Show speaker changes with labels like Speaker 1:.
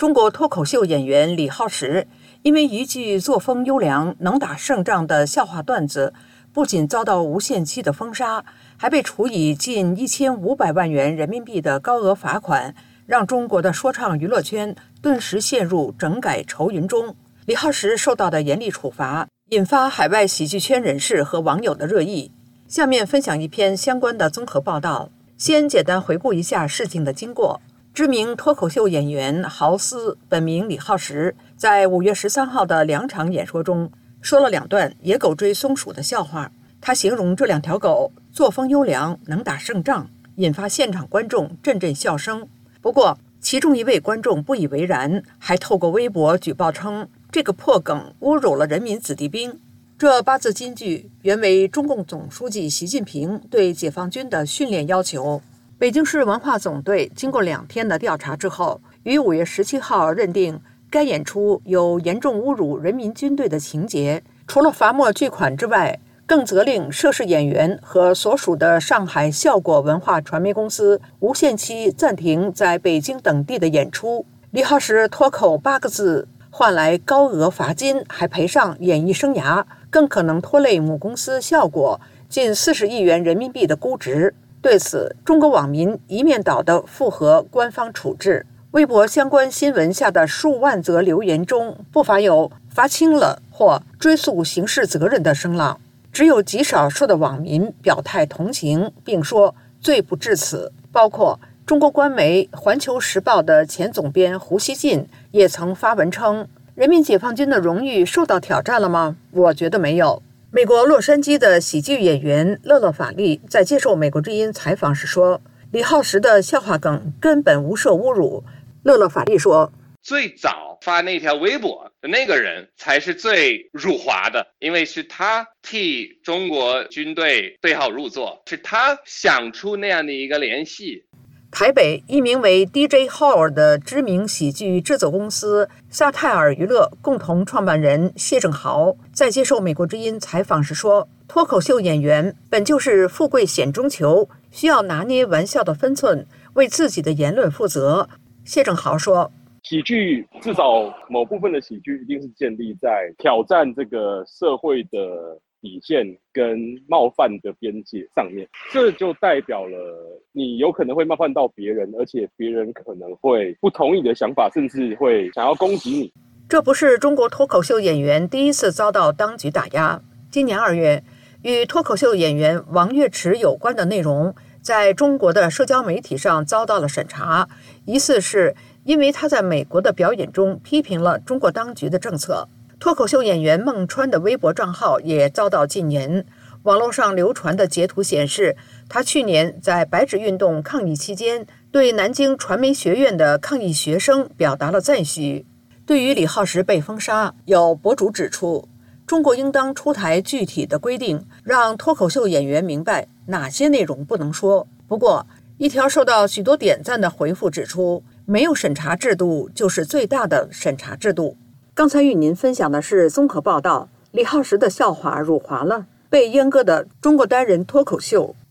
Speaker 1: 中国脱口秀演员李浩石因为一句作风优良、能打胜仗的笑话段子，不仅遭到无限期的封杀，还被处以近1500万元人民币的高额罚款，让中国的说唱娱乐圈顿时陷入整改愁云中。李浩石受到的严厉处罚，引发海外喜剧圈人士和网友的热议。下面分享一篇相关的综合报道。先简单回顾一下事情的经过。知名脱口秀演员豪斯，本名李浩石，在5月13号的2场演说中，说了2段野狗追松鼠的笑话。他形容这2条狗作风优良，能打胜仗，引发现场观众阵阵笑声。不过，其中一位观众不以为然，还透过微博举报称，这个破梗侮辱了人民子弟兵。这8字金句原为中共总书记习近平对解放军的训练要求。北京市文化总队经过2天的调查之后，于5月17号认定该演出有严重侮辱人民军队的情节，除了罚没巨款之外，更责令涉事演员和所属的上海效果文化传媒公司无限期暂停在北京等地的演出。李浩石脱口8个字，换来高额罚金，还赔上演艺生涯，更可能拖累母公司效果近40亿元人民币的估值。对此，中国网民一面倒地附和官方处置。微博相关新闻下的数万则留言中，不乏有罚轻了或追诉刑事责任的声浪。只有极少数的网民表态同情，并说罪不至此。包括中国官媒《环球时报》的前总编胡锡进也曾发文称，人民解放军的荣誉受到挑战了吗？我觉得没有。美国洛杉矶的喜剧演员乐乐法利在接受美国之音采访时说，李浩石的笑话梗根本无涉侮辱。乐乐法利说，
Speaker 2: 最早发那条微博的那个人才是最辱华的，因为是他替中国军队对号入座，是他想出那样的一个联系。
Speaker 1: 台北一名为 DJ Hall 的知名喜剧制作公司萨泰尔娱乐共同创办人谢正豪在接受美国之音采访时说，脱口秀演员本就是富贵险中求，需要拿捏玩笑的分寸，为自己的言论负责。谢正豪说，
Speaker 3: 喜剧至少某部分的喜剧一定是建立在挑战这个社会的底线跟冒犯的边界上面，这就代表了你有可能会冒犯到别人，而且别人可能会不同意你的想法，甚至会想要攻击你。
Speaker 1: 这不是中国脱口秀演员第一次遭到当局打压。今年2月，与脱口秀演员王岳池有关的内容在中国的社交媒体上遭到了审查，疑似是因为他在美国的表演中批评了中国当局的政策。脱口秀演员孟川的微博账号也遭到禁言。网络上流传的截图显示，他去年在白纸运动抗议期间，对南京传媒学院的抗议学生表达了赞许。对于李浩石被封杀，有博主指出，中国应当出台具体的规定，让脱口秀演员明白哪些内容不能说。不过，一条受到许多点赞的回复指出，没有审查制度就是最大的审查制度。刚才与您分享的是综合报道，李浩石的笑话辱华了，被阉割的中国单人脱口秀。